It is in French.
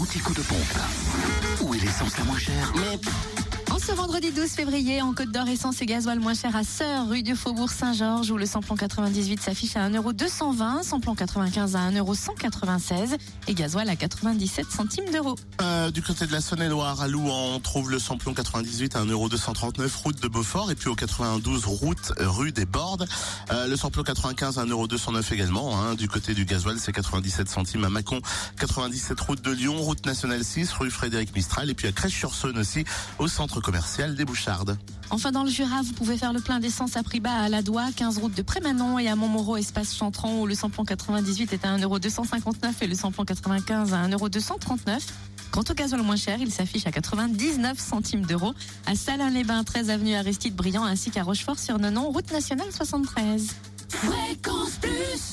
petit coup de pompe. Où est l'essence la moins chère? En ce vendredi 12 février, en Côte d'Or, essence et gasoil moins cher à Sœur, rue du Faubourg Saint-Georges, où le samplon 98 s'affiche à 1,220 €, samplon 95 à 1,196 € et gasoil à 97 centimes d'euros. Du côté de la Saône-et-Loire, à Louan, on trouve le samplon 98 à 1,239 € route de Beaufort, et puis au 92 rue des Bordes. Le samplon 95 à 1,209 € également. Du côté du gasoil, c'est 97 centimes à Mâcon, 97 route de Lyon, route nationale 6, rue Frédéric Mistral, et puis à Crèche-sur-Saône aussi, au centre commercial des Bouchardes. Enfin, dans le Jura, vous pouvez faire le plein d'essence à prix bas à Ladois, 15 route de Prémanon, et à Montmoreau, espace Chantran, où le samplon 98 est à 1,259 € et le samplon 95 à 1,239 €. Quant au gasoil moins cher, il s'affiche à 99 centimes d'euros à Salins-les-Bains, 13 avenue Aristide Briand, ainsi qu'à Rochefort-sur-Nonon, route nationale 73. Fréquence Plus.